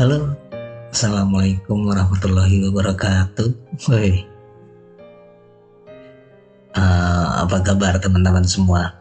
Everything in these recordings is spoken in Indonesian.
Halo, Assalamualaikum warahmatullahi wabarakatuh. Woi, apa kabar teman-teman semua?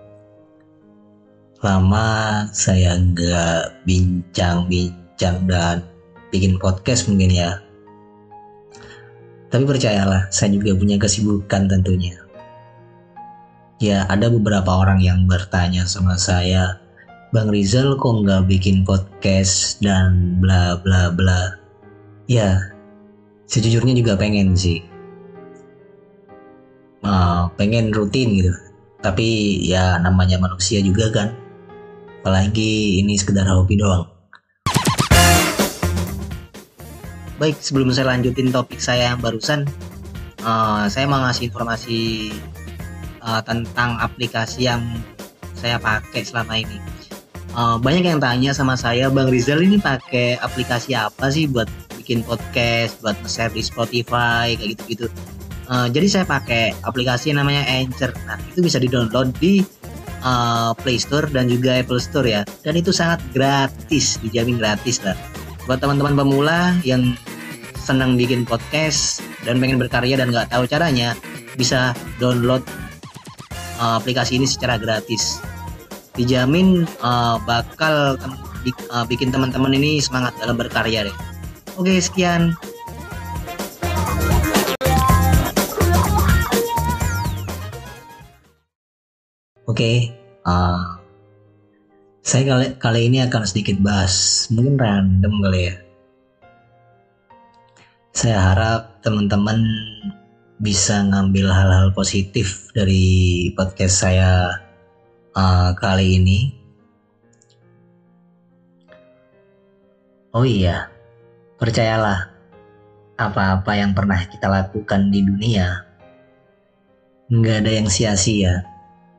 Lama saya nggak bincang-bincang dan bikin podcast mungkin ya. Tapi percayalah, saya juga punya kesibukan tentunya. Ya, ada beberapa orang yang bertanya sama saya, Bang Rizal kok nggak bikin podcast dan bla bla bla. Ya, sejujurnya juga pengen sih. Pengen rutin gitu. Tapi ya namanya manusia juga kan. Apalagi ini sekedar hobi doang. Baik, sebelum saya lanjutin topik saya yang barusan, saya mau ngasih informasi tentang aplikasi yang saya pakai selama ini. Banyak yang tanya sama saya, Bang Rizal ini pakai aplikasi apa sih buat bikin podcast, buat nge-share di Spotify, kayak gitu-gitu. Jadi saya pakai aplikasi yang namanya Anchor. Nah, itu bisa di-download di Play Store dan juga Apple Store ya. Dan itu sangat gratis, dijamin gratis lah. Buat teman-teman pemula yang senang bikin podcast dan pengen berkarya dan nggak tahu caranya, bisa download aplikasi ini secara gratis. Dijamin bakal bikin teman-teman ini semangat dalam berkarya deh. Oke, sekian. Oke, saya kali ini akan sedikit bahas, mungkin random kali ya. Saya harap teman-teman bisa ngambil hal-hal positif dari podcast saya kali ini. Oh iya, percayalah, apa-apa yang pernah kita lakukan di dunia, nggak ada yang sia-sia.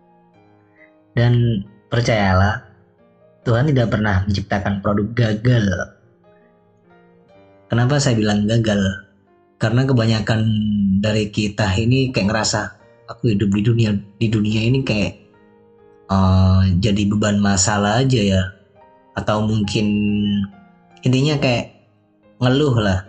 Dan percayalah, Tuhan tidak pernah menciptakan produk gagal. Kenapa saya bilang gagal? Karena kebanyakan dari kita ini kayak ngerasa aku hidup di dunia ini kayak jadi beban masalah aja ya, atau mungkin intinya kayak ngeluh lah.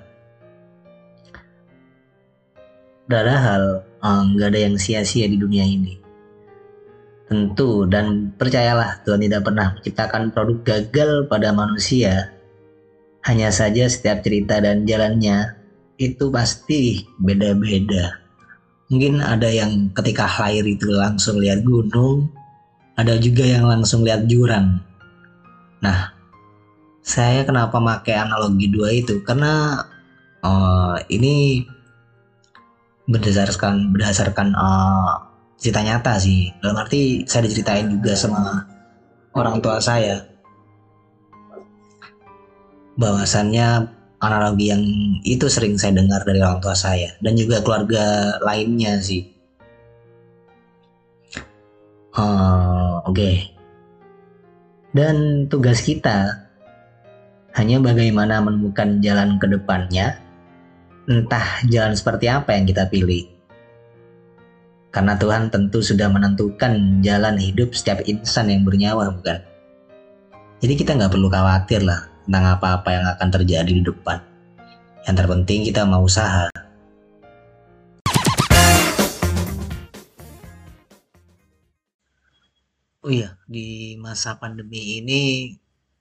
Padahal nggak ada yang sia-sia di dunia ini. Tentu dan percayalah, Tuhan tidak pernah menciptakan produk gagal pada manusia. Hanya saja setiap cerita dan jalannya itu pasti beda-beda. Mungkin ada yang ketika lahir itu langsung lihat gunung, ada juga yang langsung lihat jurang. Nah, saya kenapa pakai analogi dua itu? Karena ini berdasarkan cerita nyata sih. Dalam arti saya diceritain juga sama orang tua saya, bahwasannya analogi yang itu sering saya dengar dari orang tua saya dan juga keluarga lainnya sih. Oke. Dan tugas kita hanya bagaimana menemukan jalan ke depannya, entah jalan seperti apa yang kita pilih. Karena Tuhan tentu sudah menentukan jalan hidup setiap insan yang bernyawa, bukan? Jadi kita nggak perlu khawatir lah tentang apa-apa yang akan terjadi di depan. Yang terpenting kita mau usaha. Oh iya, di masa pandemi ini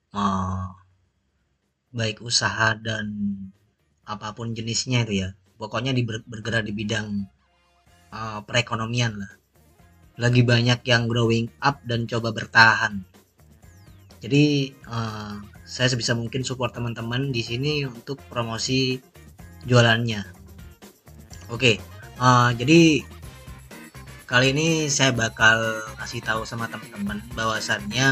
baik usaha dan apapun jenisnya itu ya, pokoknya bergerak di bidang perekonomian lah. Lagi banyak yang growing up dan coba bertahan. Jadi saya sebisa mungkin support teman-teman di sini untuk promosi jualannya. Oke, jadi kali ini saya bakal kasih tahu sama teman-teman bahwasannya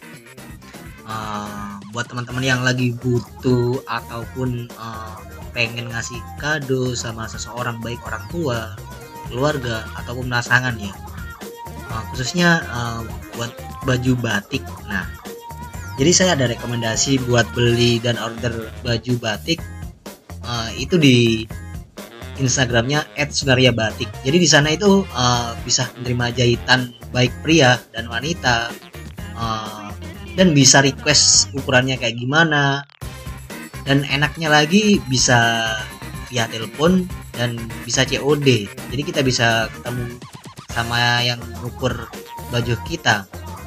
buat teman-teman yang lagi butuh ataupun pengen ngasih kado sama seseorang, baik orang tua, keluarga ataupun pasangan ya, khususnya buat baju batik. Nah, jadi saya ada rekomendasi buat beli dan order baju batik itu di Instagramnya @sugaryabatik. Jadi di sana itu bisa menerima jahitan baik pria dan wanita, dan bisa request ukurannya kayak gimana, Dan enaknya lagi bisa via telepon dan bisa COD. Jadi kita bisa ketemu sama yang ngukur baju kita.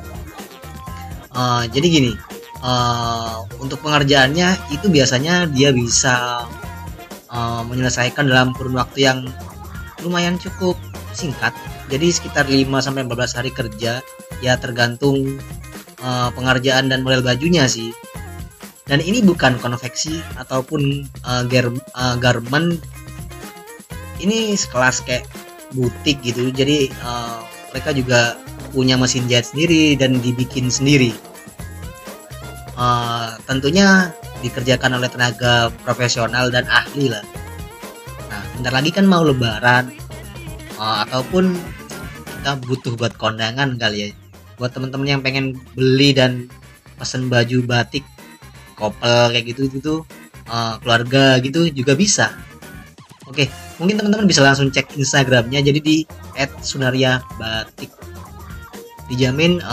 Jadi gini, untuk pengerjaannya itu biasanya dia bisa menyelesaikan dalam kurun waktu yang lumayan cukup singkat. Jadi sekitar 5-14 hari kerja, ya tergantung pengerjaan dan model bajunya sih. Dan ini bukan konveksi ataupun garment, ini sekelas kayak butik gitu. Jadi mereka juga punya mesin jahit sendiri dan dibikin sendiri. Tentunya dikerjakan oleh tenaga profesional dan ahli lah. Nah, bentar lagi kan mau lebaran, ataupun kita butuh buat kondangan kali ya. Buat temen-temen yang pengen beli dan pesen baju batik, couple kayak gitu, keluarga gitu juga bisa. Oke, mungkin teman-teman bisa langsung cek Instagramnya, jadi di @sunaryabatik. Dijamin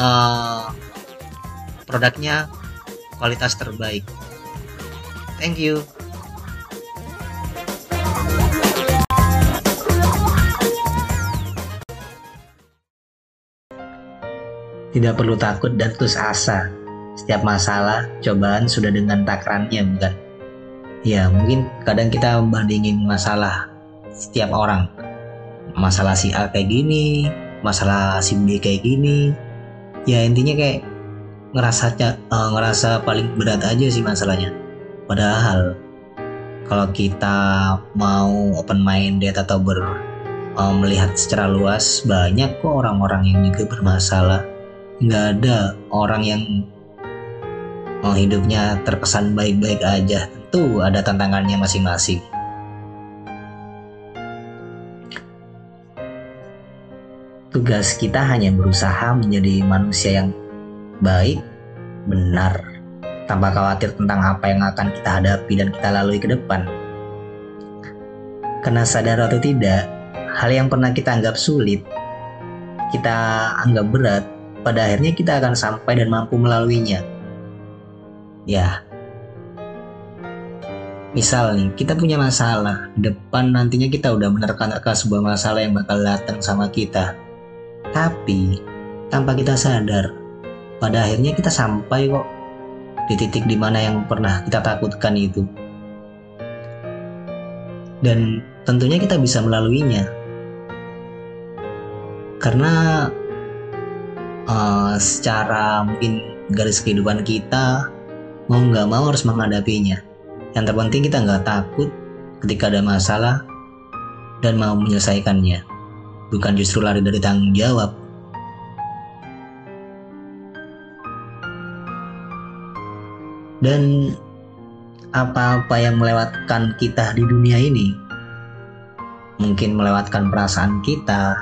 produknya kualitas terbaik. Thank you. Tidak perlu takut dan putus asa. Setiap masalah, cobaan sudah dengan takarannya, bukan? Ya, mungkin kadang kita membandingin masalah setiap orang. Masalah si A kayak gini, masalah si B kayak gini. Ya intinya kayak ngerasa paling berat aja sih masalahnya. Padahal kalau kita mau open minded atau melihat secara luas, banyak kok orang-orang yang juga bermasalah. Nggak ada orang yang hidupnya terkesan baik-baik aja. Tentu ada tantangannya masing-masing. Tugas kita hanya berusaha menjadi manusia yang baik, benar, tanpa khawatir tentang apa yang akan kita hadapi dan kita lalui ke depan. Karena sadar atau tidak, hal yang pernah kita anggap sulit, kita anggap berat, pada akhirnya kita akan sampai dan mampu melaluinya. Ya, misal nih, kita punya masalah, di depan nantinya kita udah menerka-nerka sebuah masalah yang bakal datang sama kita. Tapi, tanpa kita sadar, pada akhirnya kita sampai kok di titik dimana yang pernah kita takutkan itu. Dan tentunya kita bisa melaluinya. Karena secara mungkin garis kehidupan kita, mau nggak mau harus menghadapinya. Yang terpenting kita nggak takut ketika ada masalah dan mau menyelesaikannya. Bukan justru lari dari tanggung jawab. Dan apa-apa yang melewatkan kita di dunia ini, mungkin melewatkan perasaan kita,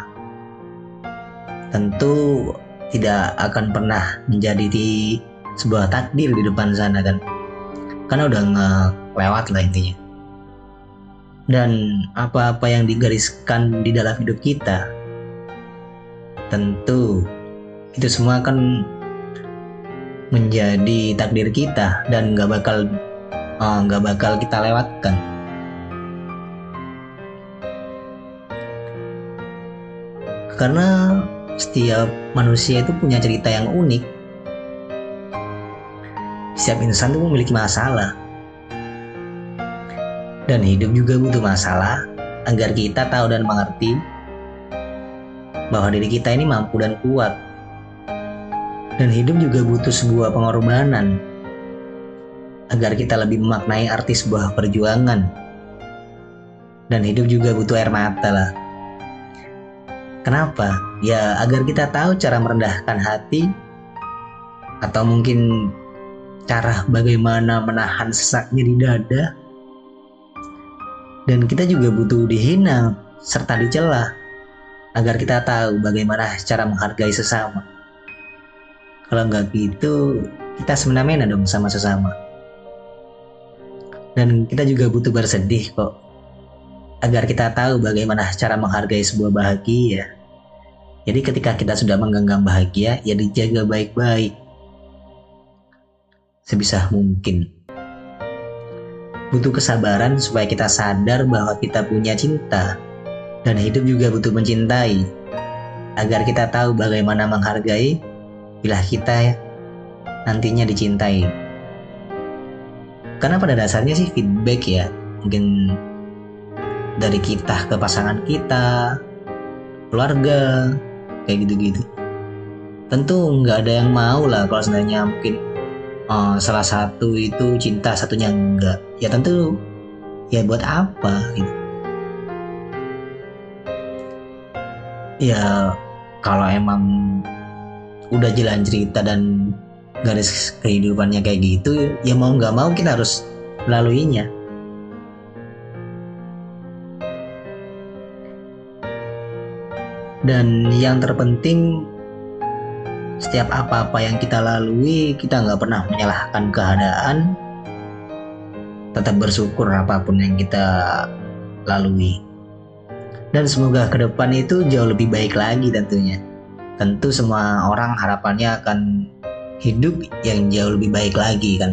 tentu tidak akan pernah menjadi sebuah takdir di depan sana kan. Karena udah ngelewat lah intinya. Dan apa-apa yang digariskan di dalam hidup kita, tentu itu semua akan menjadi takdir kita dan nggak bakal kita lewatkan. Karena setiap manusia itu punya cerita yang unik. Setiap insan itu memiliki masalah. Dan hidup juga butuh masalah agar kita tahu dan mengerti bahwa diri kita ini mampu dan kuat. Dan hidup juga butuh sebuah pengorbanan agar kita lebih memaknai arti sebuah perjuangan. Dan hidup juga butuh air mata lah. Kenapa? Ya agar kita tahu cara merendahkan hati, atau mungkin cara bagaimana menahan sesaknya di dada. Dan kita juga butuh dihina serta dicela agar kita tahu bagaimana cara menghargai sesama. Kalau nggak gitu, kita semena-mena dong sama sesama. Dan kita juga butuh bersedih kok, agar kita tahu bagaimana cara menghargai sebuah bahagia. Jadi ketika kita sudah menggenggam bahagia, ya dijaga baik-baik sebisa mungkin. butuh kesabaran supaya kita sadar bahwa kita punya cinta. Dan hidup juga butuh mencintai, agar kita tahu bagaimana menghargai bila kita nantinya dicintai. Karena pada dasarnya sih feedback ya, mungkin dari kita ke pasangan kita, keluarga, kayak gitu-gitu. Tentu nggak ada yang mau lah kalau sebenarnya mungkin salah satu itu cinta, satunya enggak. Ya tentu ya buat apa gitu. Ya kalau emang udah jalan cerita dan garis kehidupannya kayak gitu, ya mau nggak mau kita harus melaluinya. Dan yang terpenting, setiap apa-apa yang kita lalui, kita nggak pernah menyalahkan keadaan. Tetap bersyukur apapun yang kita lalui. Dan semoga ke depan itu jauh lebih baik lagi tentunya. Tentu semua orang harapannya akan hidup yang jauh lebih baik lagi kan.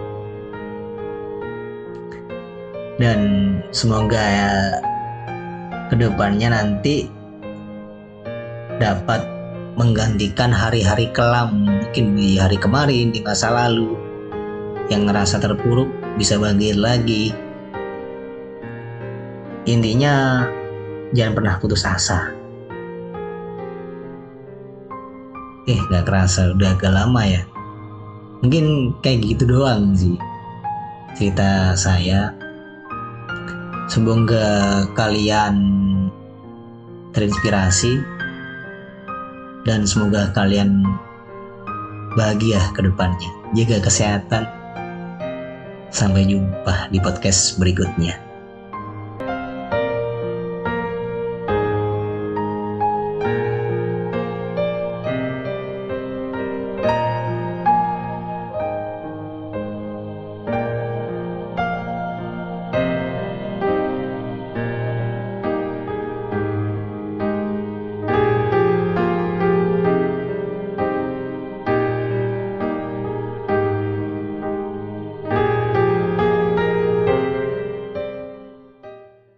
Dan semoga ya, ke depannya nanti dapat menggantikan hari-hari kelam, mungkin di hari kemarin, di masa lalu, yang ngerasa terpuruk bisa bangkit lagi. Intinya jangan pernah putus asa. Gak kerasa udah agak lama ya. Mungkin kayak gitu doang sih cerita saya. Semoga kalian terinspirasi dan semoga kalian bahagia ke depannya. Jaga kesehatan. Sampai jumpa di podcast berikutnya.